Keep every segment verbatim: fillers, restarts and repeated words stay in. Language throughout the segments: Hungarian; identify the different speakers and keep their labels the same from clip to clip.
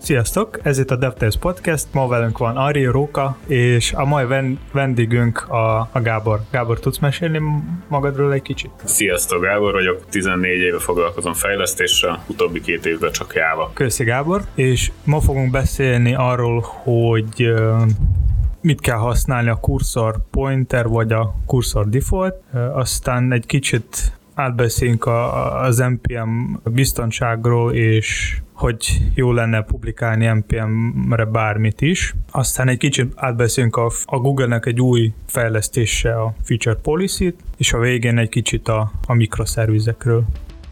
Speaker 1: Sziasztok! Ez itt a DevTales Podcast, ma velünk van Ari, Róka, és a mai vendégünk a, a Gábor. Gábor, tudsz mesélni magadról egy kicsit?
Speaker 2: Sziasztok, Gábor vagyok, tizennégy éve foglalkozom fejlesztéssel, utóbbi két évben csak Java.
Speaker 1: Köszi, Gábor, és ma fogunk beszélni arról, hogy uh, mit kell használni a cursor pointer vagy a cursor default, uh, aztán egy kicsit átbeszélünk a, az en pé em biztonságról, és hogy jó lenne publikálni en pé em-re bármit is. Aztán egy kicsit átbeszélünk a, a Google-nek egy új fejlesztése, a Feature Policy-t, és a végén egy kicsit a, a mikroszervizekről.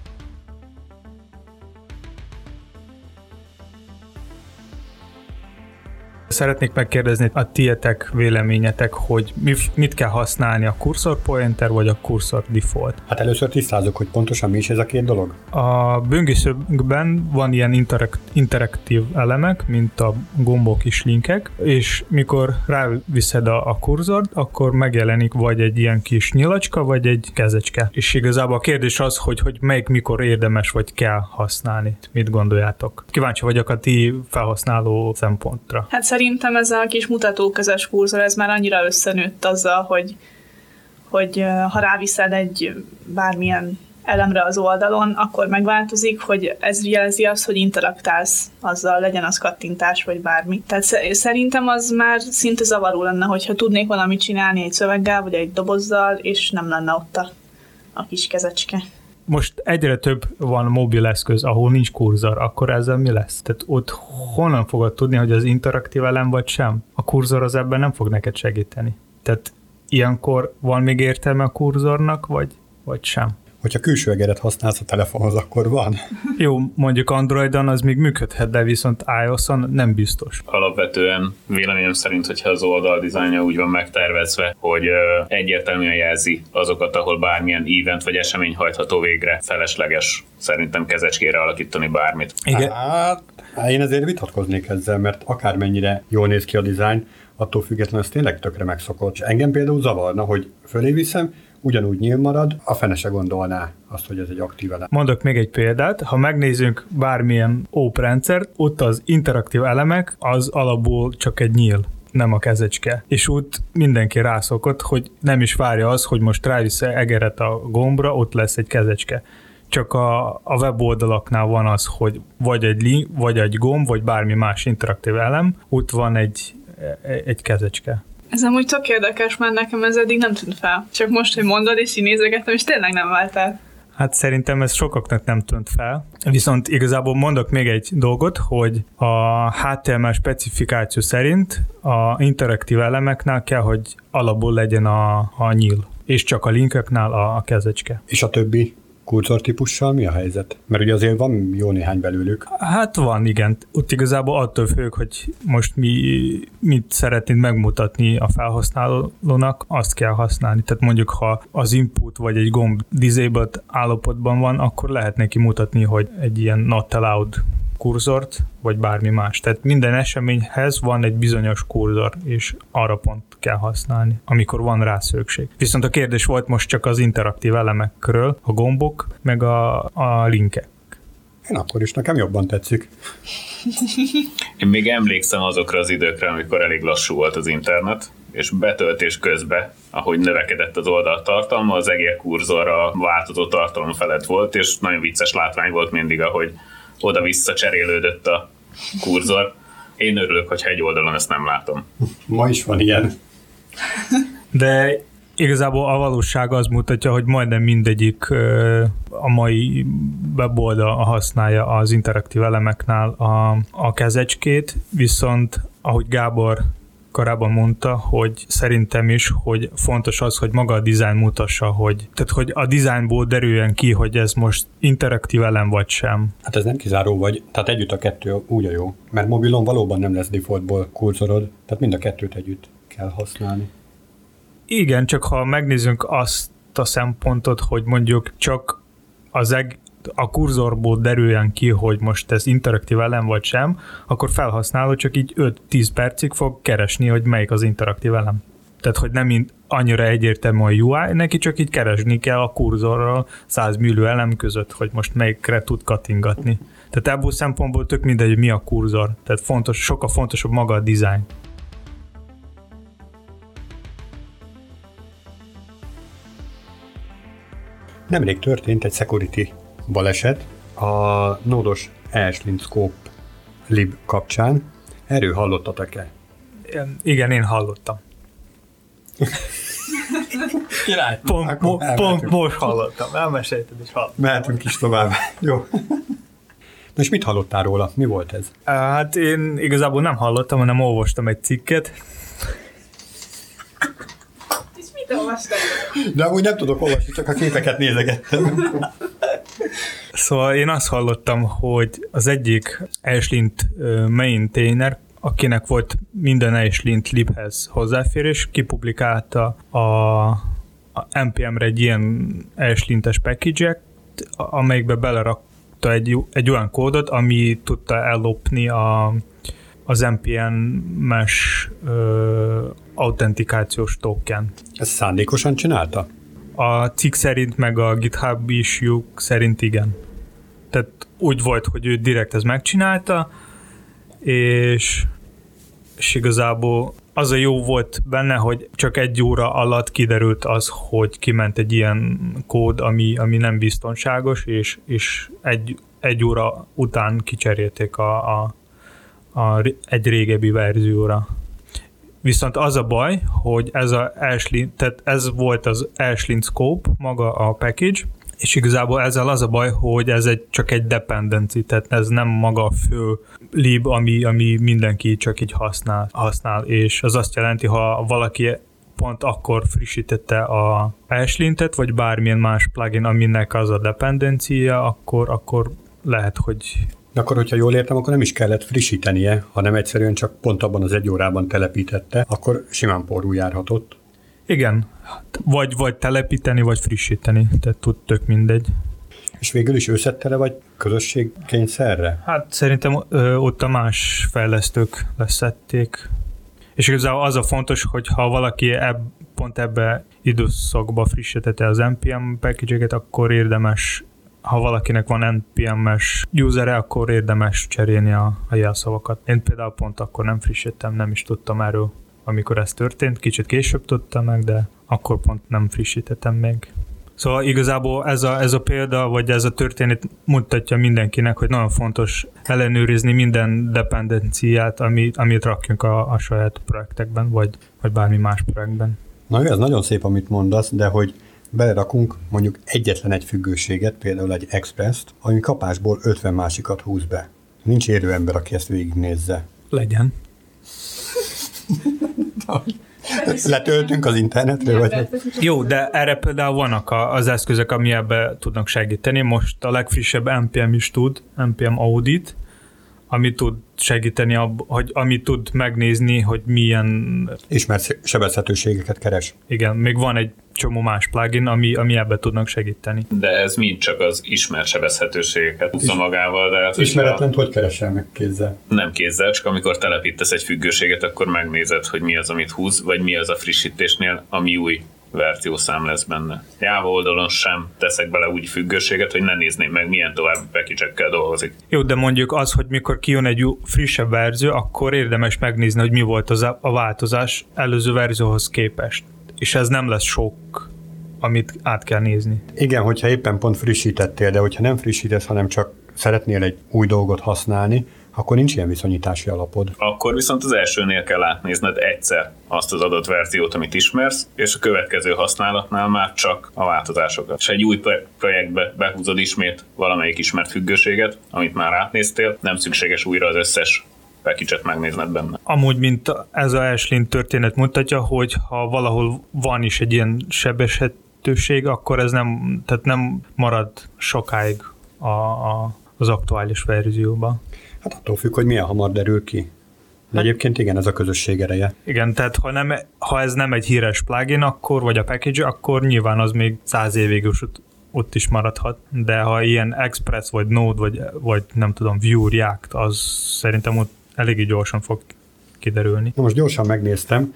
Speaker 1: Szeretnék megkérdezni a tietek véleményetek, hogy mit kell használni, a cursor pointer vagy a cursor default.
Speaker 3: Hát először tisztázzuk, hogy pontosan mi is ez a két dolog.
Speaker 1: A böngészőkben van ilyen interakt, interaktív elemek, mint a gombok és linkek, és mikor ráviszed a, a kurzort, akkor megjelenik vagy egy ilyen kis nyilacska, vagy egy kezecske. És igazából a kérdés az, hogy, hogy melyik mikor érdemes vagy kell használni. Mit gondoljátok? Kíváncsi vagyok a ti felhasználó szempontra.
Speaker 4: Hát szerintem ez a kis mutatóközös kurzor, ez már annyira összenőtt azzal, hogy, hogy ha ráviszed egy bármilyen elemre az oldalon, akkor megváltozik, hogy ez jelzi azt, hogy interaktálsz azzal, legyen az kattintás, vagy bármi. Tehát szerintem az már szinte zavaró lenne, hogyha tudnék valamit csinálni egy szöveggel, vagy egy dobozzal, és nem lenne ott a, a kis kezecske.
Speaker 1: Most egyre több van mobil eszköz, ahol nincs kurzor, akkor ezzel mi lesz? Tehát ott honnan fogod tudni, hogy az interaktív elem vagy sem? A kurzor az ebben nem fog neked segíteni. Tehát ilyenkor van még értelme a kurzornak, vagy, vagy sem?
Speaker 3: Hogyha külső egeret használsz a telefonhoz, akkor van.
Speaker 1: Jó, mondjuk Androidon az még működhet, de viszont iOS-on nem biztos.
Speaker 2: Alapvetően véleményem szerint, hogyha az oldal dizájnja úgy van megtervezve, hogy egyértelműen jelzi azokat, ahol bármilyen event vagy esemény hajtható végre, felesleges szerintem kezecskére alakítani bármit.
Speaker 3: Igen. Hát, én ezért vitatkoznék ezzel, mert akármennyire jól néz ki a dizájn, attól függetlenül ez tényleg tökre megszokott. És engem például zavarna, hogy fölé viszem, ugyanúgy nyíl marad, a fene se gondolná azt, hogy ez egy aktív elem.
Speaker 1: Mondok még egy példát, ha megnézzünk bármilyen ó pé rendszert, ott az interaktív elemek az alapból csak egy nyíl, nem a kezecske. És úgy mindenki rászokott, hogy nem is várja az, hogy most rávisz egeret a gombra, ott lesz egy kezecske. Csak a, a weboldalaknál van az, hogy vagy egy link, vagy egy gomb, vagy bármi más interaktív elem, ott van egy, egy kezecske.
Speaker 4: Ez amúgy tök érdekes, mert nekem ez eddig nem tűnt fel. Csak most, hogy mondod, és így nézegettem, és tényleg nem vált el.
Speaker 1: Hát szerintem ez sokaknak nem tűnt fel. Viszont igazából mondok még egy dolgot, hogy a há té em el specifikáció szerint a interaktív elemeknál kell, hogy alapból legyen a, a nyíl, és csak a linkeknál a, a kezecske.
Speaker 3: És a többi kurzor típussal mi a helyzet? Mert ugye azért van jó néhány belőlük.
Speaker 1: Hát van, igen. Ott igazából attól függ, hogy most mi mit szeretnéd megmutatni a felhasználónak, azt kell használni. Tehát mondjuk, ha az input vagy egy gomb disabled állapotban van, akkor lehet neki mutatni, hogy egy ilyen not allowed kurzort, vagy bármi más. Tehát minden eseményhez van egy bizonyos kurzor, és arra pont kell használni, amikor van rá szükség. Viszont a kérdés volt most csak az interaktív elemekről, a gombok, meg a, a linkek.
Speaker 3: Én akkor is, nekem jobban tetszik.
Speaker 2: Én még emlékszem azokra az időkre, amikor elég lassú volt az internet, és betöltés közben, ahogy növekedett az oldal tartalma, az egér kurzor a változó tartalom felett volt, és nagyon vicces látvány volt mindig, ahogy oda-vissza cserélődött a kurzor. Én örülök, hogyha egy oldalon ezt nem látom.
Speaker 3: Ma is van ilyen.
Speaker 1: De igazából a valóság az mutatja, hogy majdnem mindegyik a mai weboldal használja az interaktív elemeknál a, a kezecskét, viszont ahogy Gábor korábban mondta, hogy szerintem is, hogy fontos az, hogy maga a design mutassa, hogy, tehát, hogy a designból derüljen ki, hogy ez most interaktív elem vagy sem.
Speaker 3: Hát ez nem kizáró vagy, tehát együtt a kettő úgy a jó, mert mobilon valóban nem lesz defaultból kurzorod, tehát mind a kettőt együtt kell használni.
Speaker 1: Igen, csak ha megnézzünk azt a szempontot, hogy mondjuk csak az eg- a kurzorból derüljen ki, hogy most ez interaktív elem vagy sem, akkor felhasználó csak így öt-tíz percig fog keresni, hogy melyik az interaktív elem. Tehát, hogy nem, annyira egyértelmű a u i, neki csak így keresni kell a kurzorral száz millió elem között, hogy most melyikre tud kattingatni. Tehát ebből szempontból tök mindegy, hogy mi a kurzor. Tehát fontos, sokkal fontosabb maga a design.
Speaker 3: Nemrég történt egy security baleset a nódos Ashlyn Scope lib kapcsán. Erről hallottatok-e?
Speaker 1: Igen, én hallottam. Király, pont, mo- pont most hallottam, elmesélted is hallottam.
Speaker 3: Mehetünk is tovább. Jó. Na és mit hallottál róla? Mi volt ez?
Speaker 1: Hát én igazából nem hallottam, hanem olvastam egy cikket.
Speaker 4: És mit olvastál?
Speaker 3: De amúgy nem tudok olvasni, csak a képeket nézegettem.
Speaker 1: Szóval én azt hallottam, hogy az egyik Ashlyn maintainer, akinek volt minden Ashlyn libhez hozzáférés, kipublikálta a, a en pé em-re egy ilyen Ashlyn-es package-et, amelyikbe belerakta egy, egy olyan kódot, ami tudta ellopni a, az en pé em-es ö, autentikációs token.
Speaker 3: Ezt szándékosan csinálta?
Speaker 1: A cikk szerint, meg a GitHub issue szerint igen. Tehát úgy volt, hogy ő direkt ezt megcsinálta, és, és igazából az a jó volt benne, hogy csak egy óra alatt kiderült az, hogy kiment egy ilyen kód, ami, ami nem biztonságos, és, és egy, egy óra után kicserélték a, a, a, egy régebbi verzióra. Viszont az a baj, hogy ez a Ashlyn, tehát ez volt az Ashlyn Scope, maga a package, és igazából ezzel az a baj, hogy ez egy, csak egy dependency, tehát ez nem maga a fő lib, ami, ami mindenki csak így használ, használ, és az azt jelenti, ha valaki pont akkor frissítette a Ashlyn-et, vagy bármilyen más plugin, aminek az a dependencia, akkor, akkor lehet, hogy...
Speaker 3: De akkor, hogyha jól értem, akkor nem is kellett frissítenie, hanem egyszerűen csak pont abban az egy órában telepítette, akkor simán porul járhatott.
Speaker 1: Igen, vagy, vagy telepíteni, vagy frissíteni, tehát tud tök mindegy.
Speaker 3: És végül is ő szedte le, vagy közösségkényszerre?
Speaker 1: Hát szerintem ö, ott a más fejlesztők leszették. És igazából az a fontos, hogy ha valaki ebb, pont ebbe időszakba frissítette az en pé em package-eket, akkor érdemes, ha valakinek van en pé em-es usere, akkor érdemes cserélni a, a jelszavakat. Én például pont akkor nem frissítettem, nem is tudtam erről, amikor ez történt. Kicsit később tudtam meg, de akkor pont nem frissítettem még. Szóval igazából ez a, ez a példa, vagy ez a történet mutatja mindenkinek, hogy nagyon fontos ellenőrizni minden dependenciát, amit, amit rakjunk a, a saját projektekben, vagy, vagy bármi más projektben.
Speaker 3: Na jó, ez nagyon szép, amit mondasz, de hogy belerakunk mondjuk egyetlen egy függőséget, például egy Express-t, ami kapásból ötven másikat húz be. Nincs érő ember, aki ezt végignézze.
Speaker 1: Legyen.
Speaker 3: Letöltünk az internetre, vagy?
Speaker 1: Jó, de erre például vannak az eszközök, ami ebbe tudnak segíteni. Most a legfrissebb en pé em is tud, en pé em Audit, ami tud segíteni, ab, hogy, ami tud megnézni, hogy milyen...
Speaker 3: Ismert sebezhetőségeket keres.
Speaker 1: Igen, még van egy csomó más plugin, ami, ami ebbe tudnak segíteni.
Speaker 2: De ez mind csak az ismert sebezhetőségeket húzza magával. De hát,
Speaker 3: ismeretlent hogy keresel meg kézzel?
Speaker 2: Nem kézzel, csak amikor telepítesz egy függőséget, akkor megnézed, hogy mi az, amit húz, vagy mi az a frissítésnél, ami új verziószám lesz benne. Java oldalon sem teszek bele úgy függőséget, hogy ne nézném meg, milyen további package-ekkel dolgozik.
Speaker 1: Jó, de mondjuk az, hogy mikor kijön egy frissebb verzió, akkor érdemes megnézni, hogy mi volt az a változás előző verzióhoz képest. És ez nem lesz sok, amit át kell nézni.
Speaker 3: Igen, hogyha éppen pont frissítettél, de hogyha nem frissítesz, hanem csak szeretnél egy új dolgot használni, akkor nincs ilyen viszonyítási alapod.
Speaker 2: Akkor viszont az elsőnél kell átnézned egyszer azt az adott verziót, amit ismersz, és a következő használatnál már csak a változásokat. És egy új projektbe behúzod ismét valamelyik ismert függőséget, amit már átnéztél, nem szükséges újra az összes package-et megnézned benne.
Speaker 1: Amúgy, mint ez a Ashlyn történet mutatja, hogy ha valahol van is egy ilyen sebezhetőség, akkor ez nem, tehát nem marad sokáig a, a, az aktuális verzióban.
Speaker 3: Hát attól függ, hogy milyen hamar derül ki. De egyébként igen, ez a közösség ereje.
Speaker 1: Igen, tehát ha, nem, ha ez nem egy híres plugin, akkor, vagy a package, akkor nyilván az még száz évig ott, ott is maradhat. De ha ilyen Express, vagy Node, vagy, vagy nem tudom, Vue, React, az szerintem ott eléggé gyorsan fog kiderülni.
Speaker 3: Na most gyorsan megnéztem,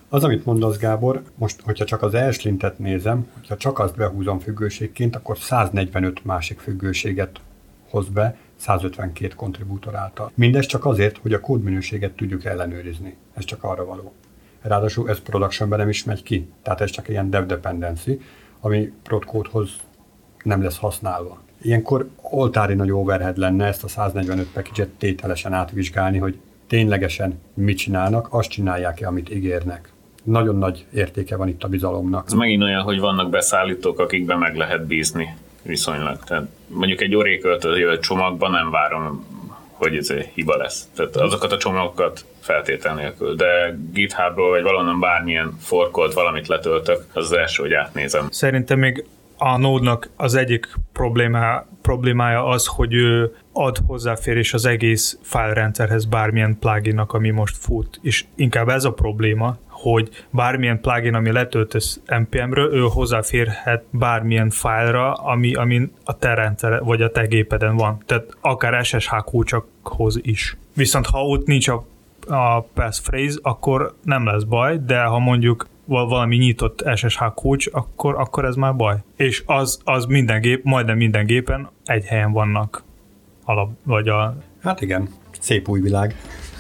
Speaker 3: Az, amit mondasz, Gábor, most, hogyha csak az ESLintet nézem, hogyha csak azt behúzom függőségként, akkor száznegyvenöt másik függőséget hoz be, százötvenkét kontribútor által. Mindez csak azért, hogy a kódminőséget tudjuk ellenőrizni. Ez csak arra való. Ráadásul ez productionben nem is megy ki. Tehát ez csak ilyen dev dependency, ami prod kódhoz nem lesz használva. Ilyenkor oltári nagy overhead lenne ezt a száznegyvenöt package-et tételesen átvizsgálni, hogy ténylegesen mit csinálnak, azt csinálják-e, amit ígérnek. Nagyon nagy értéke van itt a bizalomnak.
Speaker 2: Ez megint olyan, hogy vannak beszállítók, akikben meg lehet bízni viszonylag. Tehát mondjuk egy Oracle-től jövő csomagban nem várom, hogy ez egy hiba lesz. Tehát azokat a csomagokat feltétel nélkül. De GitHubról vagy valahonnan bármilyen forkolt valamit letöltök, az az első, hogy átnézem.
Speaker 1: Szerintem még a Node-nak az egyik problémá, problémája az, hogy ő ad hozzáférés az egész fájlrendszerhez bármilyen pluginnak, ami most fut. És inkább ez a probléma, hogy bármilyen plugin, ami letöltesz en pé em-ről, ő hozzáférhet bármilyen fájlra, ami, ami a te rendszer, vagy a te gépeden van. Tehát akár es es há kulcsokhoz is. Viszont ha ott nincs a, a passphrase, akkor nem lesz baj, de ha mondjuk valami nyitott es es há kulcs, akkor, akkor ez már baj. És az, az minden gép, majdnem minden gépen egy helyen vannak. Alap, vagy a...
Speaker 3: Hát igen, szép új világ.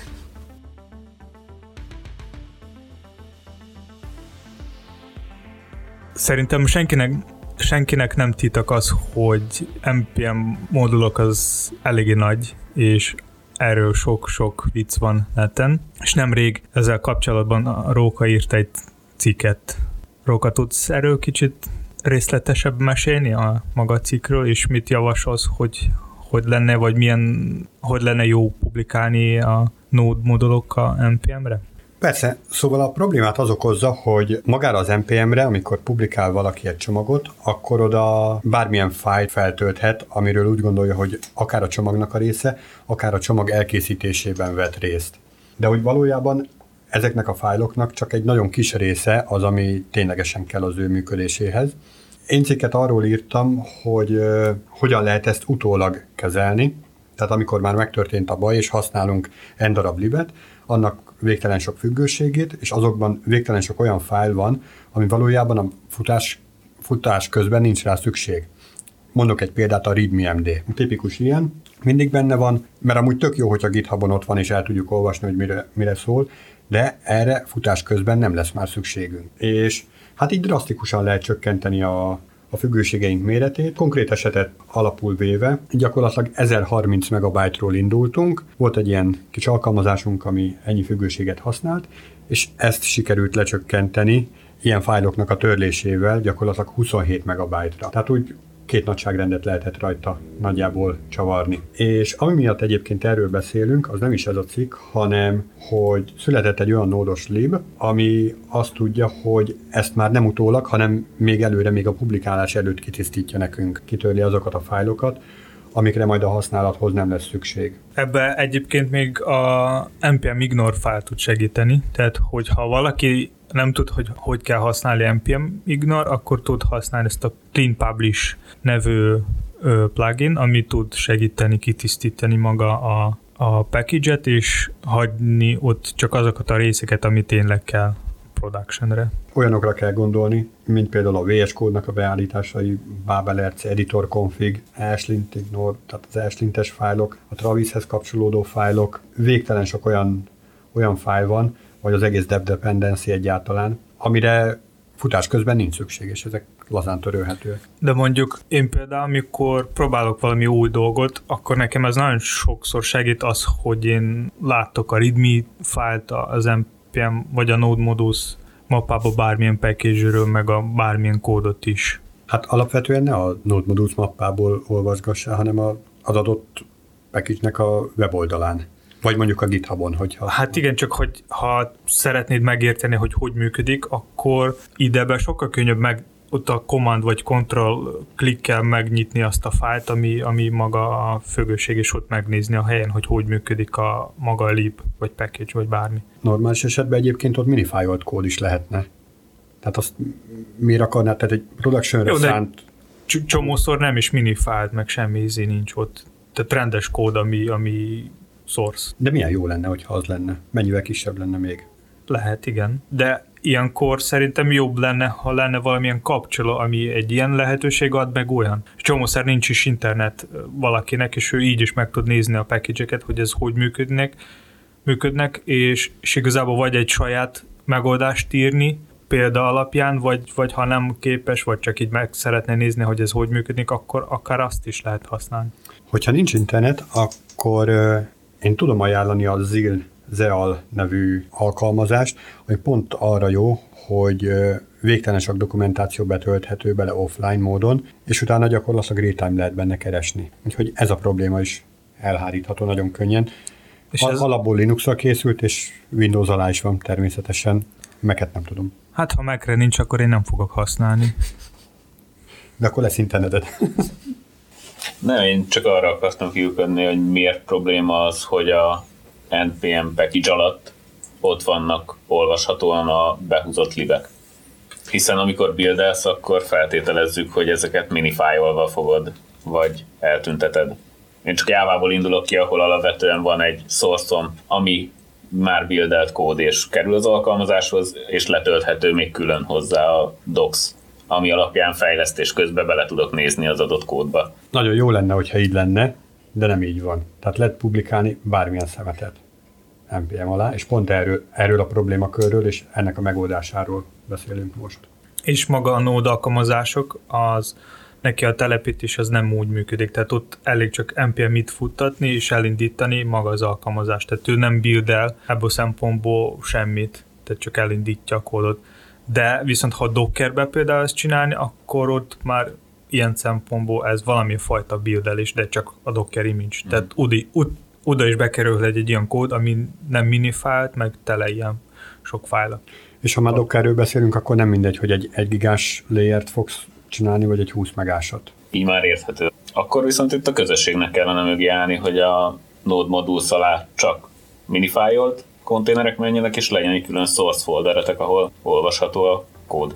Speaker 1: Szerintem senkinek, senkinek nem titok az, hogy en pé em modulok az eléggé nagy, és erről sok-sok vicc van neten. És nemrég ezzel kapcsolatban a Róka írt egy cikket. Róka, tudsz erről kicsit részletesebb mesélni a maga cikkről, és mit javasolsz, hogy hogy lenne, vagy milyen, hogy lenne jó publikálni a Node modulokkal en pé em-re?
Speaker 3: Persze, szóval a problémát az okozza, hogy magára az en pé em-re, amikor publikál valaki egy csomagot, akkor oda bármilyen fájlt feltölthet, amiről úgy gondolja, hogy akár a csomagnak a része, akár a csomag elkészítésében vett részt. De hogy valójában ezeknek a fájloknak csak egy nagyon kis része az, ami ténylegesen kell az ő működéséhez. Én cikket arról írtam, hogy uh, hogyan lehet ezt utólag kezelni, tehát amikor már megtörtént a baj, és használunk n darab libet, annak végtelen sok függőségét, és azokban végtelen sok olyan fájl van, ami valójában a futás, futás közben nincs rá szükség. Mondok egy példát, a readme.md. Tipikus ilyen, mindig benne van, mert amúgy tök jó, hogy a GitHubon ott van, és el tudjuk olvasni, hogy mire, mire szól, de erre futás közben nem lesz már szükségünk. És hát így drasztikusan lehet csökkenteni a, a függőségeink méretét. Konkrét esetet alapul véve, gyakorlatilag ezerharminc megabájtról indultunk, volt egy ilyen kis alkalmazásunk, ami ennyi függőséget használt, és ezt sikerült lecsökkenteni ilyen fájloknak a törlésével gyakorlatilag huszonhét megabájtra. Tehát úgy két nagyságrendet lehetett rajta nagyjából csavarni. És ami miatt egyébként erről beszélünk, az nem is ez a cikk, hanem hogy született egy olyan nódos lib, ami azt tudja, hogy ezt már nem utólag, hanem még előre, még a publikálás előtt kitisztítja nekünk, kitörli azokat a fájlokat, amikre majd a használathoz nem lesz szükség.
Speaker 1: Ebbe egyébként még a en pé em ignore file tud segíteni, tehát hogyha valaki nem tud, hogy hogy kell használni en pé em ignore, akkor tud használni ezt a Clean Publish nevű ö, plugin, ami tud segíteni, kitisztítani maga a, a package-et, és hagyni ott csak azokat a részeket, ami tényleg kell productionre.
Speaker 3: Olyanokra kell gondolni, mint például a vé es kódnak a beállításai, Babel er cé, editor config, ESLint ignore, tehát az ESLintes fájlok, a Travishez kapcsolódó fájlok, végtelen sok olyan, olyan fájl van, vagy az egész dev dependency egyáltalán, amire futás közben nincs szükség, és ezek lazán törölhetőek.
Speaker 1: De mondjuk én például, amikor próbálok valami új dolgot, akkor nekem ez nagyon sokszor segít az, hogy én látok a readme fájlt az en pé em vagy a Node Modules mappába bármilyen package-ről, meg a bármilyen kódot is.
Speaker 3: Hát alapvetően ne a Node Modules mappából olvasgassál, hanem a, az adott package-nek a weboldalán. Vagy mondjuk a GitHubon, hogyha...
Speaker 1: Hát igen, csak hogy ha szeretnéd megérteni, hogy hogy működik, akkor idebe sokkal könnyebb meg ott a command vagy control klikkel megnyitni azt a fájlt, ami, ami maga a függőség, és ott megnézni a helyen, hogy hogy működik a maga a lib, vagy package, vagy bármi.
Speaker 3: Normális esetben egyébként ott minifájolt kód is lehetne. Tehát azt miért akarnád, tehát egy productionre szánt...
Speaker 1: C- csomószor nem is minifájlt, meg semmi izé nincs ott. Tehát rendes kód, ami, ami source.
Speaker 3: De milyen jó lenne, hogyha az lenne. Mennyivel kisebb lenne még.
Speaker 1: Lehet, igen. De ilyenkor szerintem jobb lenne, ha lenne valamilyen kapcsoló, ami egy ilyen lehetőség ad meg olyan. Csomószor nincs is internet valakinek, és ő így is meg tud nézni a package-eket, hogy ez hogy működnek, működnek, és, és igazából vagy egy saját megoldást írni példa alapján, vagy, vagy ha nem képes, vagy csak így meg szeretné nézni, hogy ez hogy működik, akkor akár azt is lehet használni.
Speaker 3: Hogyha nincs internet, akkor uh, én tudom ajánlani a Zil Zeal nevű alkalmazást, ami pont arra jó, hogy uh, végtelen sok dokumentáció betölthető bele offline módon, és utána gyakorlatilag real-time lehet benne keresni. Úgyhogy ez a probléma is elhárítható nagyon könnyen. És ez... Alapból Linuxra készült, és Windows alá is van természetesen. Mac-et nem tudom.
Speaker 1: Hát ha Mac-re nincs, akkor én nem fogok használni.
Speaker 3: De akkor lesz interneted.
Speaker 2: Nem, én csak arra akartam kiukadni, hogy miért probléma az, hogy a en pé em package alatt ott vannak olvashatóan a behúzott libek. Hiszen amikor buildelsz, akkor feltételezzük, hogy ezeket minifájolva fogod, vagy eltünteted. Én csak Jávából indulok ki, ahol alapvetően van egy source-om, ami már buildelt kód, és kerül az alkalmazáshoz, és letölthető még külön hozzá a docs, ami alapján fejlesztés közben bele tudok nézni az adott kódba.
Speaker 3: Nagyon jó lenne, hogyha így lenne, de nem így van. Tehát lehet publikálni bármilyen szemetet en pé em alá, és pont erről, erről a problémakörről és ennek a megoldásáról beszélünk most.
Speaker 1: És maga a Node alkalmazások, az neki a telepítés az nem úgy működik, tehát ott elég csak en pé em-it futtatni és elindítani maga az alkalmazást, tehát ő nem build-el ebből szempontból semmit, tehát csak elindítja a kódot. De viszont ha Dockerbe például ezt csinálni, akkor ott már ilyen szempontból ez valami fajta buildelés, de csak a Docker image. Mm. Tehát udi, ud, oda is bekerülhet egy ilyen kód, ami nem minifájlt, meg tele ilyen sok fájla.
Speaker 3: És ha már Dockerről beszélünk, akkor nem mindegy, hogy egy egy gigás layert fogsz csinálni, vagy egy húsz megásat.
Speaker 2: Így már érthető. Akkor viszont itt a közösségnek kellene mögé állni, hogy a Node Modules alá csak minifájolt konténerek menjenek, és legyen egy külön source folderetek, ahol olvasható a kód.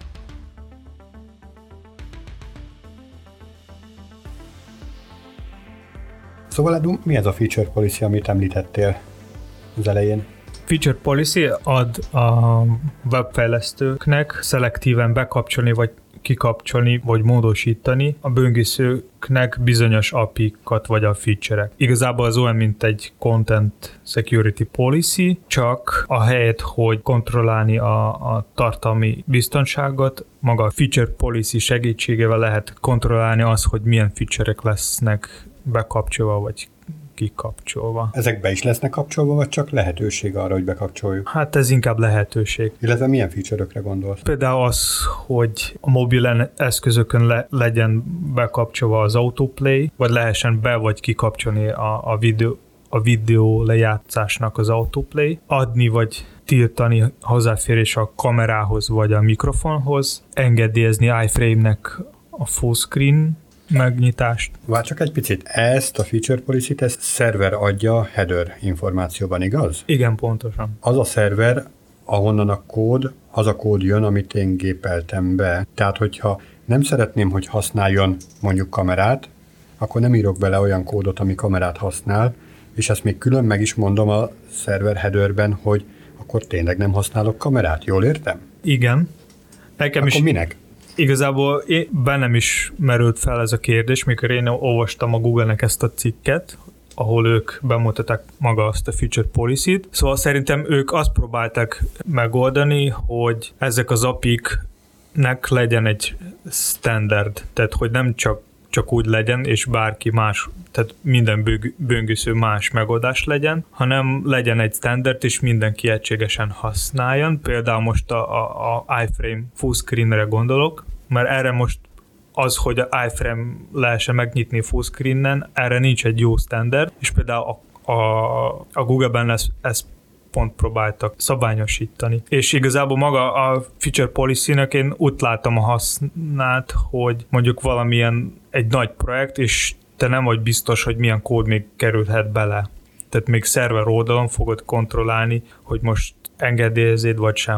Speaker 3: Szóval Edu, mi ez a feature policy, amit említettél az elején?
Speaker 1: Feature policy ad a webfejlesztőknek szelektíven bekapcsolni, vagy kikapcsolni, vagy módosítani a böngészőknek bizonyos á pé i-kat, vagy a feature-ek. Igazából az olyan, mint egy Content Security Policy, csak a helyet, hogy kontrollálni a, a tartalmi biztonságot, maga a Feature Policy segítségével lehet kontrollálni azt, hogy milyen feature-ek lesznek bekapcsolva, vagy kikapcsolva.
Speaker 3: Ezek be is lesznek kapcsolva, vagy csak lehetőség arra, hogy bekapcsoljuk?
Speaker 1: Hát ez inkább lehetőség.
Speaker 3: Illetve milyen feature-ökre gondolsz?
Speaker 1: Például az, hogy a mobil eszközökön le, legyen bekapcsolva az autoplay, vagy lehessen be vagy kikapcsolni a, a videó a videó lejátszásnak az autoplay, adni vagy tiltani hozzáférés a kamerához vagy a mikrofonhoz, engedélyezni iframe-nek a full screen megnyitást.
Speaker 3: Vár csak egy picit, ezt a feature policy-t, ezt szerver adja header információban, igaz?
Speaker 1: Igen, pontosan.
Speaker 3: Az a szerver, ahonnan a kód, az a kód jön, amit én gépeltem be. Tehát, hogyha nem szeretném, hogy használjon mondjuk kamerát, akkor nem írok bele olyan kódot, ami kamerát használ, és ezt még külön meg is mondom a szerver headerben, hogy akkor tényleg nem használok kamerát. Jól értem?
Speaker 1: Igen. Nekem
Speaker 3: akkor
Speaker 1: is...
Speaker 3: minek?
Speaker 1: Igazából én, bennem is merült fel ez a kérdés, mikor én olvastam a Google-nek ezt a cikket, ahol ők bemutatták maga azt a feature policy-t. Szóval szerintem ők azt próbálták megoldani, hogy ezek az á pé i-nek legyen egy standard, tehát hogy nem csak, csak úgy legyen, és bárki más, tehát minden böngésző más megoldás legyen, hanem legyen egy standard, és mindenki egységesen használjon. Például most a, a, a iframe full screenre gondolok, mert erre most az, hogy a iframe lehessen megnyitni full screenen, erre nincs egy jó standard, és például a, a, a Google-ben ezt, ezt pont próbáltak szabványosítani. És igazából maga a feature policy-nek én úgy látom a hasznát, hogy mondjuk valamilyen egy nagy projekt, és te nem vagy biztos, hogy milyen kód még kerülhet bele. Tehát még szerver oldalon fogod kontrollálni, hogy most engedélyezed vagy sem.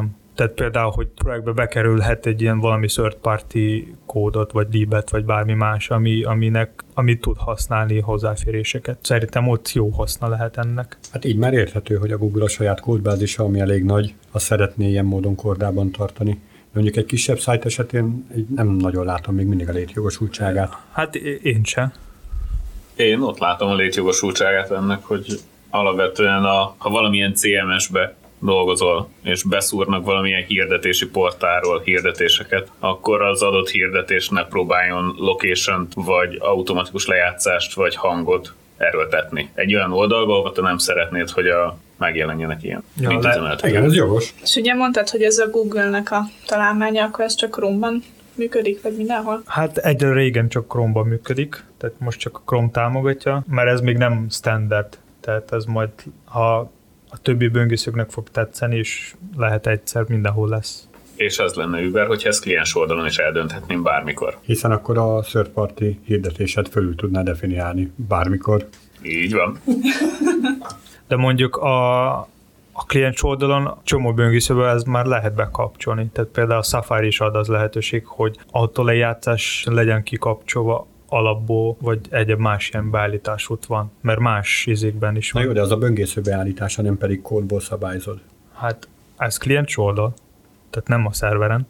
Speaker 1: Tehát például, hogy projektbe bekerülhet egy ilyen valami third party kódot, vagy libet, vagy bármi más, ami, aminek, amit tud használni hozzáféréseket. Szerintem ott jó haszna lehet ennek.
Speaker 3: Hát így már érthető, hogy a Google a saját kódbázisa, ami elég nagy, azt szeretné ilyen módon kordában tartani. Mondjuk egy kisebb szájt esetén nem nagyon látom még mindig a létjogosultságát.
Speaker 1: Hát én sem.
Speaker 2: Én ott látom a létjogosultságát ennek, hogy alapvetően a, ha valamilyen cé em es-be dolgozol, és beszúrnak valamilyen hirdetési portálról hirdetéseket, akkor az adott hirdetés ne próbáljon location-t, vagy automatikus lejátszást, vagy hangot erőltetni. Egy olyan oldalba, ahol te nem szeretnéd, hogy a megjelenjenek ilyen.
Speaker 1: Ja,
Speaker 2: mint
Speaker 1: le...
Speaker 3: Igen, ez jogos.
Speaker 4: És ugye mondtad, hogy ez a Google-nek a találmánya, akkor ez csak Chrome-ban működik, vagy mindenhol?
Speaker 1: Hát egyre igen csak Chrome-ban működik, tehát most csak a Chrome támogatja, mert ez még nem standard, tehát ez majd, ha a többi böngészőknek fog tetszeni, és lehet egyszer mindenhol lesz.
Speaker 2: És az lenne Uber, hogyha ezt kliens oldalon is eldönthetném bármikor.
Speaker 3: Hiszen akkor a third party hirdetésed fölül tudná definiálni bármikor.
Speaker 2: Így van.
Speaker 1: De mondjuk a, a kliens oldalon csomó böngészőből ez már lehet bekapcsolni. Tehát például a Safari is ad az lehetőség, hogy autolejátszás legyen kikapcsolva alapból, vagy egyéb más ilyen beállítás út van, mert más izékben is van.
Speaker 3: Na jó, de az a böngésző beállítása, nem pedig kódból szabályzod.
Speaker 1: Hát ez kliens oldal, tehát nem a szerveren.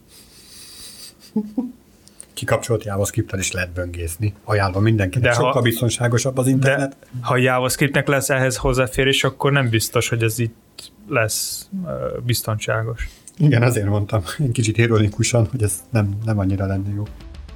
Speaker 3: Kikapcsolt JavaScript-tel is lehet böngészni. Ajánlva mindenkinek.
Speaker 1: De
Speaker 3: Sokkal
Speaker 1: ha,
Speaker 3: biztonságosabb az internet.
Speaker 1: De ha JavaScriptnek lesz ehhez hozzáférés, akkor nem biztos, hogy ez itt lesz uh, biztonságos.
Speaker 3: Igen, azért mondtam. Én kicsit ironikusan, hogy ez nem, nem annyira lenne jó.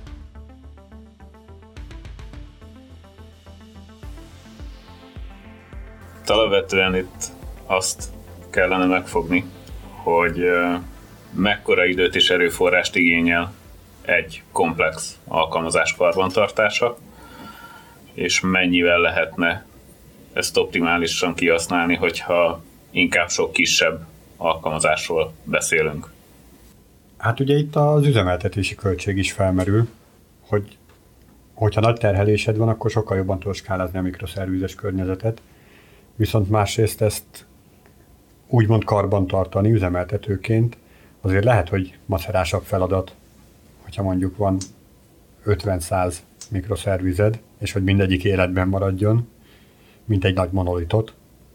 Speaker 2: Alapvetően itt azt kellene megfogni, hogy mekkora időt és erőforrást igényel egy komplex alkalmazás karbantartása, és mennyivel lehetne ezt optimálisan kihasználni, hogyha inkább sok kisebb alkalmazásról beszélünk.
Speaker 3: Hát ugye itt az üzemeltetési költség is felmerül, hogy hogyha nagy terhelésed van, akkor sokkal jobban tudod skálázni a mikroszervizes környezetet, viszont másrészt ezt úgymond karban tartani üzemeltetőként azért lehet, hogy macerásabb feladat, hogyha mondjuk van ötven-száz mikroszervized, és hogy mindegyik életben maradjon, mint egy nagy monolitot.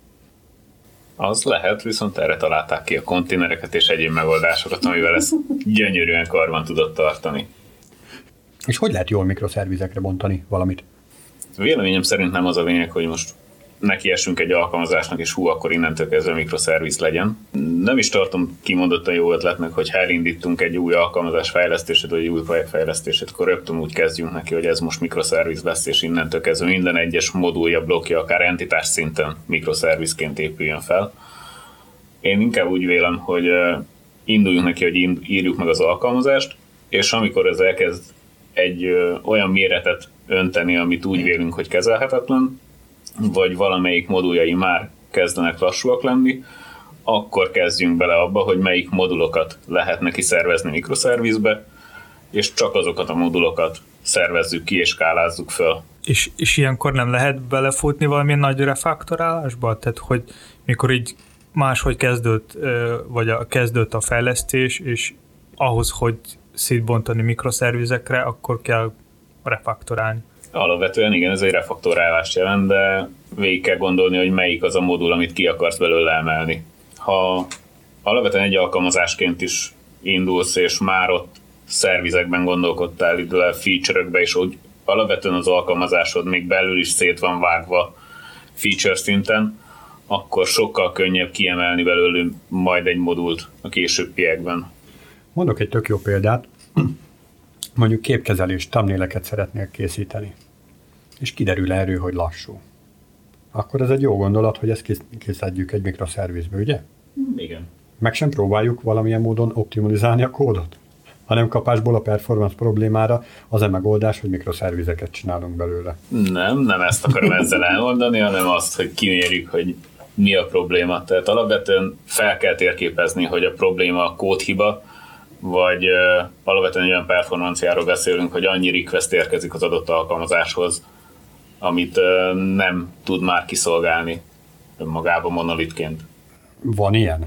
Speaker 2: Az lehet, viszont erre találták ki a konténereket és egyéb megoldásokat, amivel ezt gyönyörűen karban tudod tartani.
Speaker 3: És hogy lehet jól mikroszervizekre bontani valamit?
Speaker 2: Véleményem szerint nem az a lényeg, hogy most nekiessünk egy alkalmazásnak, és hú, akkor innentől kezdve mikroszerviz legyen. Nem is tartom kimondottan jó ötletnek, hogy ha elindítunk egy új alkalmazás fejlesztését, vagy egy új projekt fejlesztését, akkor rögtön úgy kezdjünk neki, hogy ez most mikroszerviz lesz, és innentől kezdve minden egyes modulja, blokkja, akár entitás szinten mikroszervizként épüljön fel. Én inkább úgy vélem, hogy induljunk neki, hogy írjuk meg az alkalmazást, és amikor ez elkezd egy olyan méretet önteni, amit úgy vélünk, hogy kezelhetetlen, vagy valamelyik moduljai már kezdenek lassúak lenni, akkor kezdjünk bele abba, hogy melyik modulokat lehetne kiszervezni mikroszervizbe, és csak azokat a modulokat szervezzük ki és skálázzuk föl.
Speaker 1: És, és ilyenkor nem lehet belefutni valamilyen nagy refaktorálásba? Tehát, hogy mikor így máshogy kezdődött, vagy a, kezdődött a fejlesztés, és ahhoz, hogy szétbontani mikroszervizekre, akkor kell refaktorálni.
Speaker 2: Alapvetően igen, ez egy refaktorálást jelent, de végig kell gondolni, hogy melyik az a modul, amit ki akarsz belőle emelni. Ha alapvetően egy alkalmazásként is indulsz, és már ott szervizekben gondolkodtál, illetve feature-ökbe, és úgy alapvetően az alkalmazásod még belül is szét van vágva feature szinten, akkor sokkal könnyebb kiemelni belőle majd egy modult a későbbiekben.
Speaker 3: Mondok egy tök jó példát. Mondjuk képkezelés, thumbnaileket szeretnél készíteni, és kiderül erről, hogy lassú. Akkor ez egy jó gondolat, hogy ezt készítjük egy mikroszervizbe, ugye?
Speaker 2: Igen.
Speaker 3: Meg sem próbáljuk valamilyen módon optimalizálni a kódot, hanem kapásból a performance problémára az a megoldás, hogy mikroszervizeket csinálunk belőle.
Speaker 2: Nem, nem ezt akarom ezzel elmondani, hanem azt, hogy kimérjük, hogy mi a probléma. Tehát alapvetően fel kell térképezni, hogy a probléma a kódhiba, vagy uh, alapvetően olyan performanciáról beszélünk, hogy annyi request érkezik az adott alkalmazáshoz, amit uh, nem tud már kiszolgálni önmagában monolitként.
Speaker 3: Van ilyen?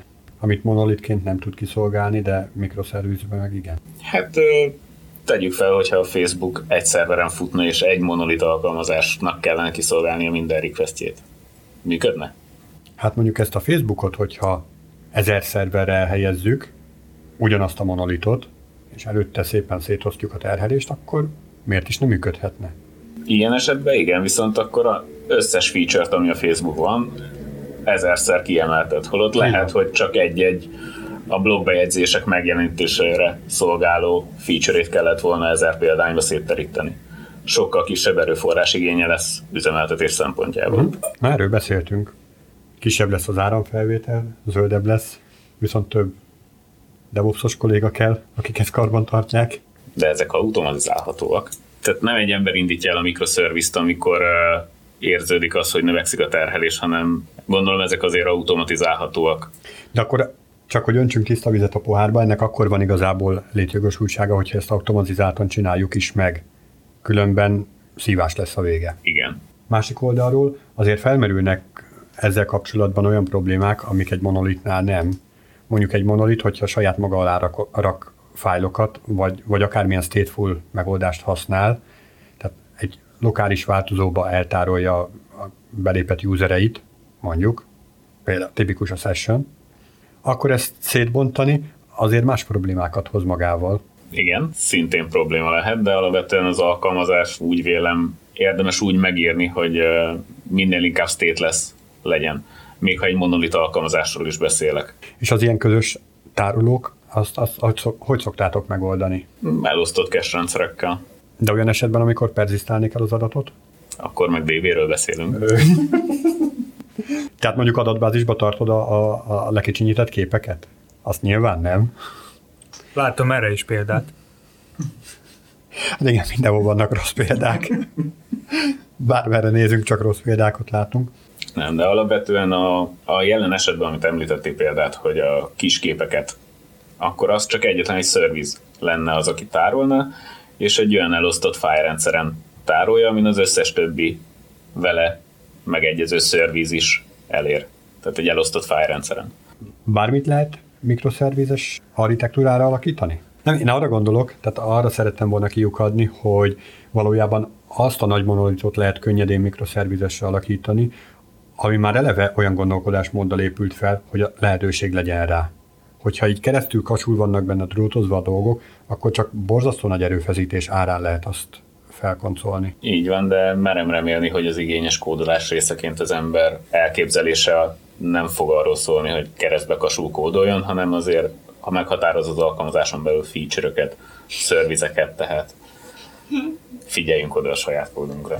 Speaker 3: amit monolitként nem tud kiszolgálni, de mikroszervizben meg igen.
Speaker 2: Hát tegyük fel, hogyha a Facebook egy szerveren futna, és egy monolit alkalmazásnak kellene kiszolgálnia minden requestjét. Működne?
Speaker 3: Hát mondjuk ezt a Facebookot, hogyha ezer szerverre elhelyezzük, ugyanazt a monolitot, és előtte szépen szétosztjuk a terhelést, akkor miért is nem működhetne?
Speaker 2: Ilyen esetben igen, viszont akkor az összes feature-t, ami a Facebook van, ezerszer kiemelted, holott lehet, hogy csak egy-egy a blogbejegyzések megjelenítésére szolgáló feature-ét kellett volna ezer példányba szétteríteni. Sokkal kisebb erőforrás igénye lesz üzemeltetés szempontjából.
Speaker 3: Mm. Na, erről beszéltünk. Kisebb lesz az áramfelvétel, zöldebb lesz, viszont több DevOps-os kolléga kell, akik ezt karban tartják.
Speaker 2: De ezek automatizálhatóak. Tehát nem egy ember indítja el a mikroszervizt, amikor uh, érződik az, hogy növekszik a terhelés, hanem gondolom ezek azért automatizálhatóak.
Speaker 3: De akkor csak, hogy öntsünk tiszta vizet a pohárba, ennek akkor van igazából létjogosultsága, hogyha ezt automatizáltan csináljuk is meg. Különben szívás lesz a vége.
Speaker 2: Igen.
Speaker 3: Másik oldalról azért felmerülnek ezzel kapcsolatban olyan problémák, amik egy monolitnál nem. Mondjuk egy monolit, hogyha saját maga alá rak, rak fájlokat, vagy, vagy akármilyen stateful megoldást használ, tehát egy lokális változóba eltárolja a belépett usereit, mondjuk, például tipikus a session, akkor ezt szétbontani azért más problémákat hoz magával.
Speaker 2: Igen, szintén probléma lehet, de alapvetően az alkalmazás úgy vélem érdemes úgy megírni, hogy minél inkább stateless legyen, még ha egy monolit alkalmazásról is beszélek.
Speaker 3: És az ilyen közös tárolók, azt, azt, azt hogy szoktátok megoldani?
Speaker 2: Elosztott cache rendszerekkel.
Speaker 3: De olyan esetben, amikor perzisztálni kell az adatot?
Speaker 2: Akkor meg dé bé-ről beszélünk.
Speaker 3: Tehát mondjuk adatbázisba tartod a, a, a lekicsinyített képeket? Azt nyilván nem.
Speaker 1: Látom erre is példát.
Speaker 3: Hát igen, mindenhol vannak rossz példák. Bármerre nézünk, csak rossz példákat látunk.
Speaker 2: Nem, de alapvetően a, a jelen esetben, amit említettél példát, hogy a kis képeket, akkor az csak egyetlen egy service lenne az, aki tárolna, és egy olyan elosztott fájlrendszeren tárolja, amin az összes többi vele megegyező service is elér. Tehát egy elosztott fájlrendszeren.
Speaker 3: Bármit lehet mikroszervizes architektúrára alakítani? Nem, én arra gondolok, tehát arra szerettem volna kiukadni, hogy valójában azt a nagy monolitot lehet könnyedén mikroszervizesre alakítani, ami már eleve olyan gondolkodásmóddal épült fel, hogy a lehetőség legyen rá. Hogyha így keresztül kasul vannak benne drótozva a dolgok, akkor csak borzasztó nagy erőfeszítés árán lehet azt felkoncolni.
Speaker 2: Így van, de merem remélni, hogy az igényes kódolás részeként az ember elképzelése nem fog arról szólni, hogy keresztbe kasul kódoljon, hanem azért, ha meghatároz az alkalmazáson belül feature-öket, szervizeket, tehát figyeljünk oda a saját kódunkra.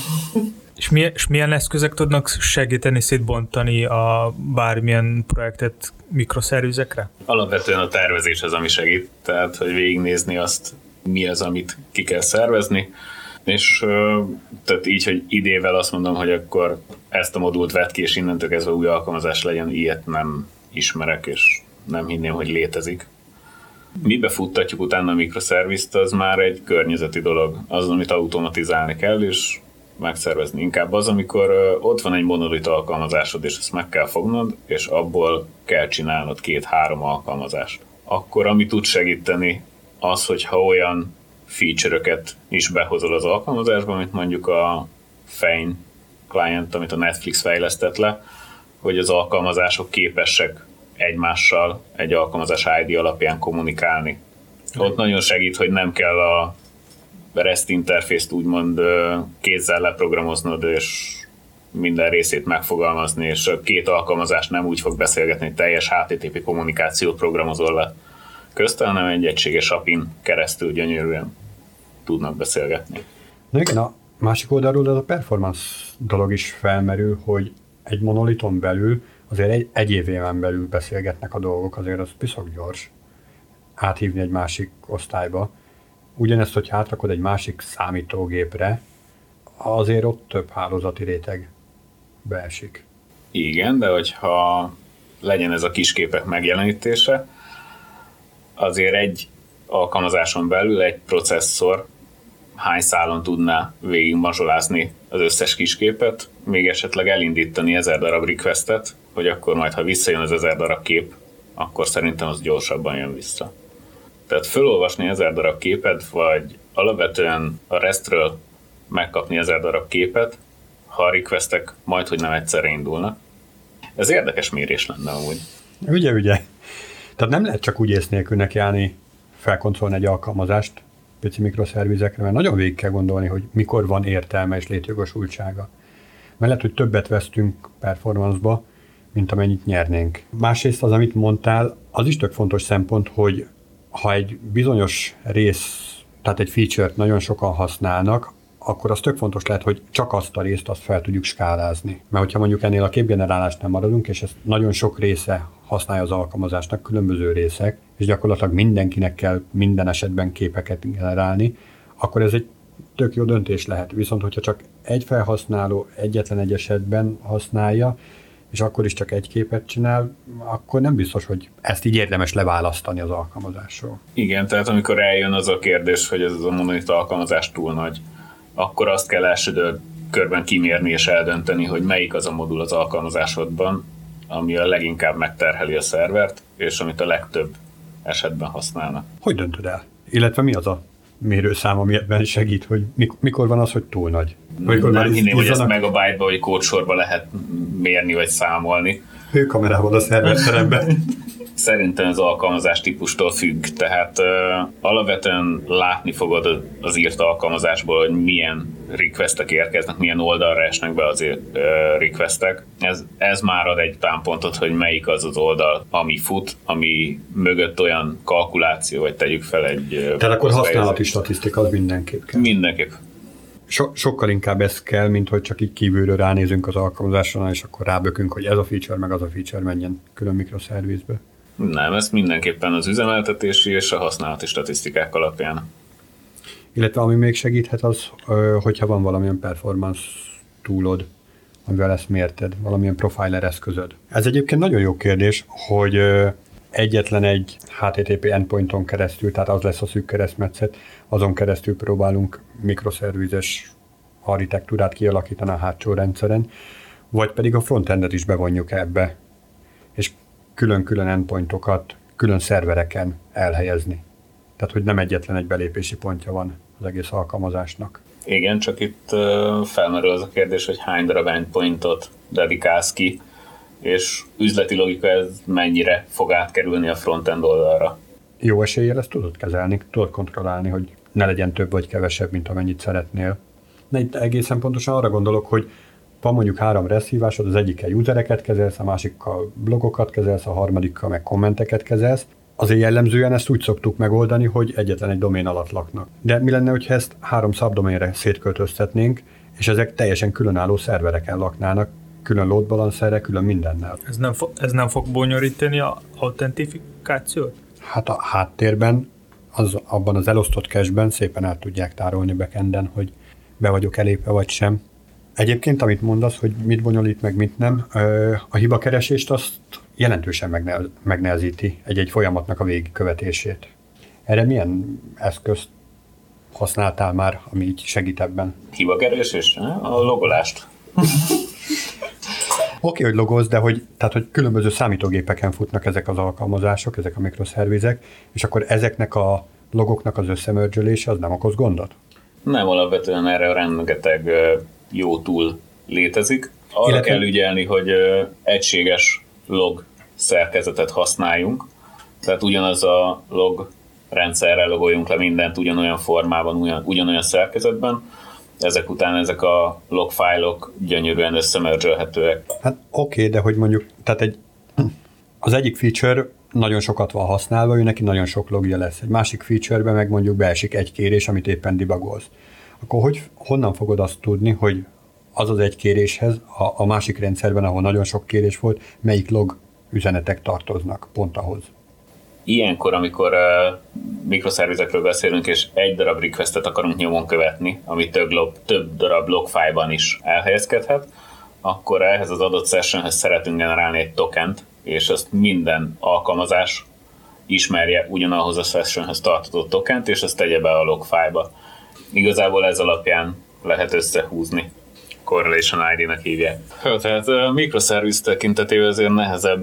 Speaker 1: És milyen, és milyen eszközök tudnak segíteni szétbontani a bármilyen projektet mikroszervizekre?
Speaker 2: Alapvetően a tervezés az, ami segít, tehát hogy végignézni azt, mi az, amit ki kell szervezni, és tehát így, hogy idével azt mondom, hogy akkor ezt a modult vett ki, és innentől kezdve új alkalmazás legyen, ilyet nem ismerek, és nem hinném, hogy létezik. Mi befuttatjuk utána a mikroszervizt, az már egy környezeti dolog, az, amit automatizálni kell, és megszervezni. Inkább az, amikor ott van egy monolit alkalmazásod, és ezt meg kell fognod, és abból kell csinálnod két-három alkalmazást. Akkor, ami tud segíteni, az, hogyha olyan feature-öket is behozol az alkalmazásba, mint mondjuk a Fein client, amit a Netflix fejlesztett le, hogy az alkalmazások képesek egymással egy alkalmazás i dé alapján kommunikálni. Ott nagyon segít, hogy nem kell a REST interfészt úgymond kézzel leprogramoznod, és minden részét megfogalmazni, és a két alkalmazás nem úgy fog beszélgetni, hogy teljes há té té pé kommunikációt programozol le közte, hanem egy egységes apin keresztül gyönyörűen tudnak beszélgetni.
Speaker 3: Na igen, a másik oldalról ez a performance dolog is felmerül, hogy egy monoliton belül azért egy, egy éven belül beszélgetnek a dolgok, azért az piszok gyors áthívni egy másik osztályba. Ugyanezt, hogy átrakod egy másik számítógépre, azért ott több hálózati réteg beesik.
Speaker 2: Igen, de hogyha legyen ez a kisképek megjelenítése, azért egy alkalmazáson belül egy processzor hány szálon tudná végig mazsolázni az összes kisképet, még esetleg elindítani ezer darab requestet, hogy akkor majd, ha visszajön az ezer darab kép, akkor szerintem az gyorsabban jön vissza. Tehát fölolvasni ezer darab képet, vagy alapvetően a restről megkapni ezer darab képet, ha a requestek majdhogy nem egyszerre indulnak. Ez érdekes mérés lenne amúgy.
Speaker 3: Ugye, ugye. Tehát nem lehet csak úgy ész nélkül nekiállni felkontrolni egy alkalmazást pici mikroszervizekre, mert nagyon végig kell gondolni, hogy mikor van értelme és létjogosultsága. Mert lehet, hogy többet vesztünk performance-ba, mint amennyit nyernénk. Másrészt az, amit mondtál, az is tök fontos szempont, hogy ha egy bizonyos rész, tehát egy feature-t nagyon sokan használnak, akkor az tök fontos lehet, hogy csak azt a részt azt fel tudjuk skálázni. Mert hogyha mondjuk ennél a képgenerálásnál maradunk, és ezt nagyon sok része használja az alkalmazásnak, különböző részek, és gyakorlatilag mindenkinek kell minden esetben képeket generálni, akkor ez egy tök jó döntés lehet. Viszont, hogyha csak egy felhasználó egyetlen egy esetben használja, és akkor is csak egy képet csinál, akkor nem biztos, hogy ezt így érdemes leválasztani az alkalmazásról.
Speaker 2: Igen, tehát amikor eljön az a kérdés, hogy ez a monolith alkalmazás túl nagy, akkor azt kell első körben kimérni és eldönteni, hogy melyik az a modul az alkalmazásodban, ami a leginkább megterheli a szervert, és amit a legtöbb esetben használnak.
Speaker 3: Hogy döntöd el? Illetve mi az a mérőszám, ami ebben segít, hogy mikor van az, hogy túl nagy?
Speaker 2: Mikor nem hinném, hogy ezt megabyte-ba vagy kódsorba lehet mérni vagy számolni.
Speaker 3: Hőkamerával a szerverteremben.
Speaker 2: Szerintem az alkalmazás típustól függ, tehát uh, alapvetően látni fogod az írt alkalmazásból, hogy milyen requestek érkeznek, milyen oldalra esnek be az uh, requestek. Ez, ez már ad egy támpontot, hogy melyik az az oldal, ami fut, ami mögött olyan kalkuláció, vagy tegyük fel egy... Uh,
Speaker 3: Tehát akkor használati statisztika az mindenképp kell.
Speaker 2: Mindenképp.
Speaker 3: So, sokkal inkább ez kell, mint hogy csak így kívülről ránézünk az alkalmazásra, és akkor rábökünk, hogy ez a feature, meg az a feature menjen külön mikroszervizbe.
Speaker 2: Nem, ez mindenképpen az üzemeltetési és a használati statisztikák alapján.
Speaker 3: Illetve ami még segíthet az, hogyha van valamilyen performance toolod, amivel ezt mérted, valamilyen profiler eszközöd. Ez egyébként nagyon jó kérdés, hogy egyetlen egy há té té pé endpointon keresztül, tehát az lesz a szűk keresztmetszet, azon keresztül próbálunk mikroszervizes architektúrát kialakítani a hátsó rendszeren, vagy pedig a frontendet is bevonjuk ebbe, és külön-külön endpointokat külön szervereken elhelyezni. Tehát, hogy nem egyetlen egy belépési pontja van az egész alkalmazásnak.
Speaker 2: Igen, csak itt uh, felmerül az a kérdés, hogy hány darab endpointot dedikálsz ki, és üzleti logika ez mennyire fog átkerülni a frontend oldalra.
Speaker 3: Jó eséllyel ezt tudod kezelni, tudod kontrollálni, hogy ne legyen több vagy kevesebb, mint amennyit szeretnél. De itt egészen pontosan arra gondolok, hogy van mondjuk három REST hívásod, az egyikkel usereket kezelsz, a másikkal blogokat kezelsz, a harmadikkal meg kommenteket kezelsz. Azért jellemzően ezt úgy szoktuk megoldani, hogy egyetlen egy domén alatt laknak. De mi lenne, hogyha ezt három szabdoménre szétköltöztetnénk, és ezek teljesen különálló szervereken laknának, külön load balancerre, külön mindennel.
Speaker 1: Ez nem, fo- ez nem fog bonyolítani az autentifikációt?
Speaker 3: Hát a háttérben, az, abban az elosztott cache-ben szépen át tudják tárolni backenden, hogy be vagyok elépve vagy sem. Egyébként, amit mondasz, hogy mit bonyolít, meg mit nem, a hibakeresést azt jelentősen megnehezíti egy-egy folyamatnak a végigkövetését. Erre milyen eszközt használtál már, ami így segít ebben?
Speaker 2: Hibakeresés? A logolást.
Speaker 3: Oké, okay, hogy logolsz, de hogy, tehát, hogy különböző számítógépeken futnak ezek az alkalmazások, ezek a mikroszervizek, és akkor ezeknek a logoknak az összemörgyölése az nem okoz gondot?
Speaker 2: Nem, alapvetően erre rengeteg jó tool létezik. Arra Illetve... kell ügyelni, hogy egységes log szerkezetet használjunk, tehát ugyanaz a log rendszerrel logoljunk le mindent ugyanolyan formában, ugyan, ugyanolyan szerkezetben. Ezek után ezek a logfájlok gyönyörűen összemörgyölhetőek.
Speaker 3: Hát oké, okay, de hogy mondjuk, tehát egy, az egyik feature nagyon sokat van használva, ő neki nagyon sok logja lesz. Egy másik featurebe meg mondjuk beesik egy kérés, amit éppen debugolsz. Akkor hogy, honnan fogod azt tudni, hogy az az egy kéréshez, a, a másik rendszerben, ahol nagyon sok kérés volt, melyik log üzenetek tartoznak pont ahhoz?
Speaker 2: Ilyenkor, amikor uh, mikroszervizekről beszélünk, és egy darab requestet akarunk nyomon követni, ami több, log, több darab logfájban is elhelyezkedhet, akkor ehhez az adott sessionhez szeretünk generálni egy tokent, és azt minden alkalmazás ismerje ugyanahoz a sessionhez tartozó tokent, és azt tegye be a logfájba. Igazából ez alapján lehet összehúzni. Correlation i dé-nek hívják. Hő, tehát a mikroszerviz tekintetében azért nehezebb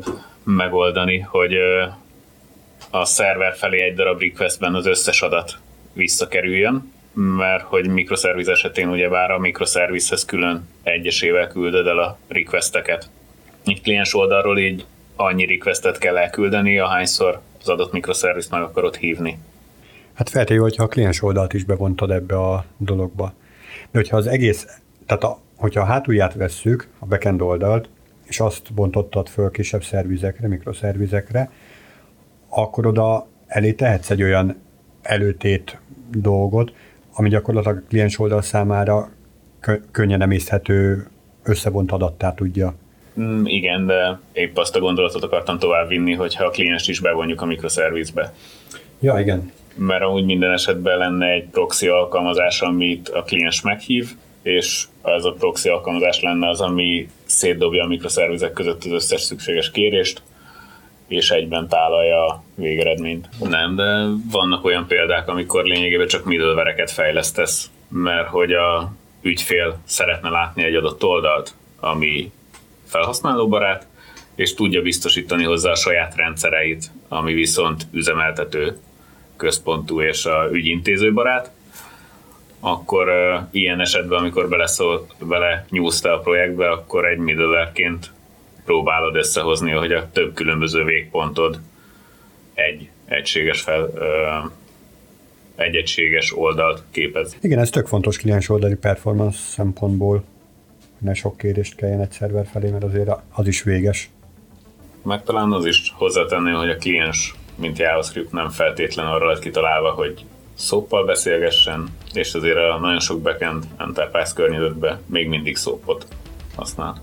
Speaker 2: megoldani, hogy a szerver felé egy darab requestben az összes adat visszakerüljön, mert hogy mikroszerviz esetén ugyebár a mikroszervizhez külön egyesével küldöd el a requesteket. Így kliens oldalról így annyi requestet kell elküldeni, ahányszor az adott mikroszervizt meg akarod hívni.
Speaker 3: Hát feltétlenül, hogyha a kliens oldalt is bevontad ebbe a dologba. De hogyha az egész, tehát a, hogyha a hátulját vesszük, a backend oldalt, és azt bontottad föl kisebb szervizekre, mikroszervizekre, akkor oda elé tehetsz egy olyan előtét dolgot, ami gyakorlatilag a kliens oldal számára kö- könnyen emészthető összevont adattá tudja.
Speaker 2: Mm, igen, de épp azt a gondolatot akartam továbbvinni, hogyha a klienst is bevonjuk a mikroszervizbe.
Speaker 3: Ja, igen.
Speaker 2: Mert amúgy minden esetben lenne egy proxy alkalmazás, amit a kliens meghív, és az a proxy alkalmazás lenne az, ami szétdobja a mikroszervizek között az összes szükséges kérést, és egyben tálalja a végeredményt. Nem, de vannak olyan példák, amikor lényegében csak middleware-eket fejlesztesz, mert hogy a ügyfél szeretne látni egy adott oldalt, ami felhasználóbarát, és tudja biztosítani hozzá a saját rendszereit, ami viszont üzemeltető központú és a ügyintézőbarát, akkor uh, ilyen esetben, amikor beleszól, bele nyúztál a projektbe, akkor egy middleware-ként próbálod összehozni, hogy a több különböző végpontod egy egységes, fel, uh, egy egységes oldalt képez.
Speaker 3: Igen, ez tök fontos kliens oldali performance szempontból, ne sok kérést kelljen egy szerver felé, mert azért az is véges.
Speaker 2: Meg talán az is hozzátenni, hogy a kliens, mint JavaScript nem feltétlen arra lett kitalálva, hogy szóppal beszélgessen, és azért a nagyon sok backend enterprise környezetben még mindig szópot használ.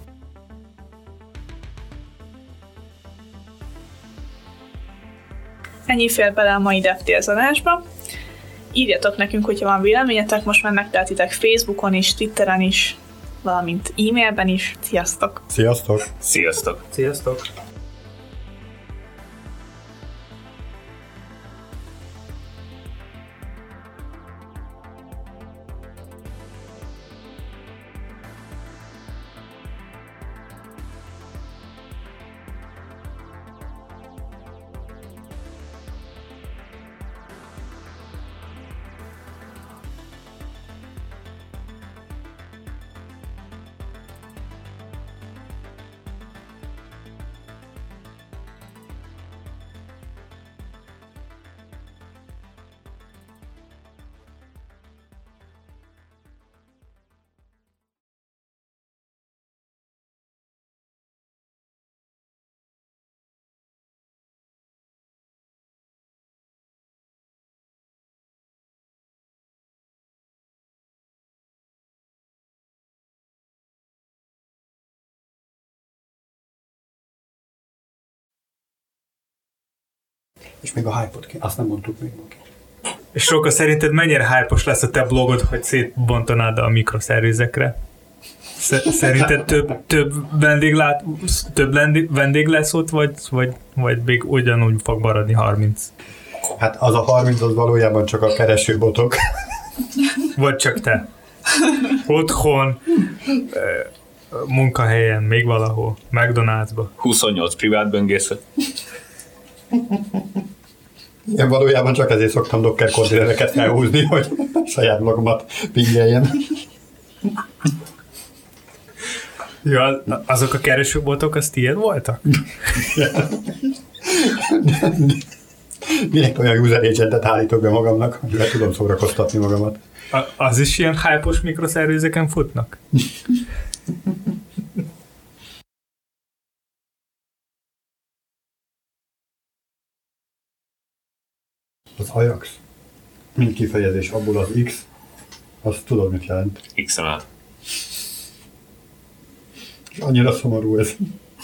Speaker 4: Ennyi fér bele a mai DevTales adásba. Írjatok nekünk, hogyha van véleményetek, most már megteltitek Facebookon is, Twitteren is, valamint e-mailben is. Sziasztok!
Speaker 3: Sziasztok!
Speaker 2: Sziasztok!
Speaker 1: Sziasztok!
Speaker 3: És még a hype-ot ki, azt nem mondtuk még neki.
Speaker 1: És Róka, szerinted mennyire hype-os lesz a te blogod, hogy szétbontanád a mikroszervizekre? Szerinted több, több, vendég, lát, több vendég lesz ott, vagy, vagy, vagy még ugyanúgy fog maradni harminc?
Speaker 3: Hát az a harminc az valójában csak a keresőbotok.
Speaker 1: Vagy csak te? Otthon, munkahelyen, még valahol, McDonald'sba.
Speaker 2: huszonnyolc privát böngészet.
Speaker 3: Én valójában csak ezért szoktam Docker konténereket felhúzni, hogy saját blogomat pingeljen.
Speaker 1: Ja, azok a keresőbotok, az tiéd voltak?
Speaker 3: Direkt olyan user agentet állítok be magamnak, hogy le tudom szórakoztatni magamat.
Speaker 1: A, az is ilyen hype-os mikroszervizeken futnak?
Speaker 3: Az Ajax, mint kifejezés, abból az X, azt tudod, mit jelent.
Speaker 2: iksz em el.
Speaker 3: És annyira szomorú ez.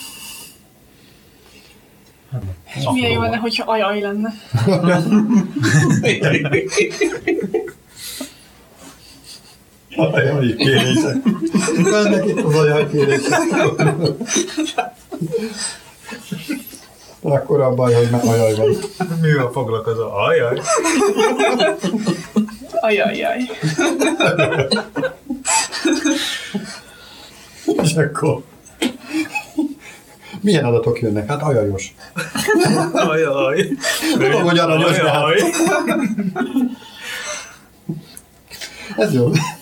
Speaker 4: És milyen jó lenne, hogyha ajaj lenne.
Speaker 3: Ajaj, kérések. Mennek itt az ajaj kérések. Akkor a baj, hogy már ajaj van.
Speaker 1: Mivel foglalkozol? Ajaj?
Speaker 4: Ajajjaj.
Speaker 3: És akkor Milyen adatok jönnek? Hát ajajos.
Speaker 1: Ajaj.
Speaker 3: Tudom, hogy aranyos, de hát.
Speaker 1: Ajaj.
Speaker 3: Ez jó.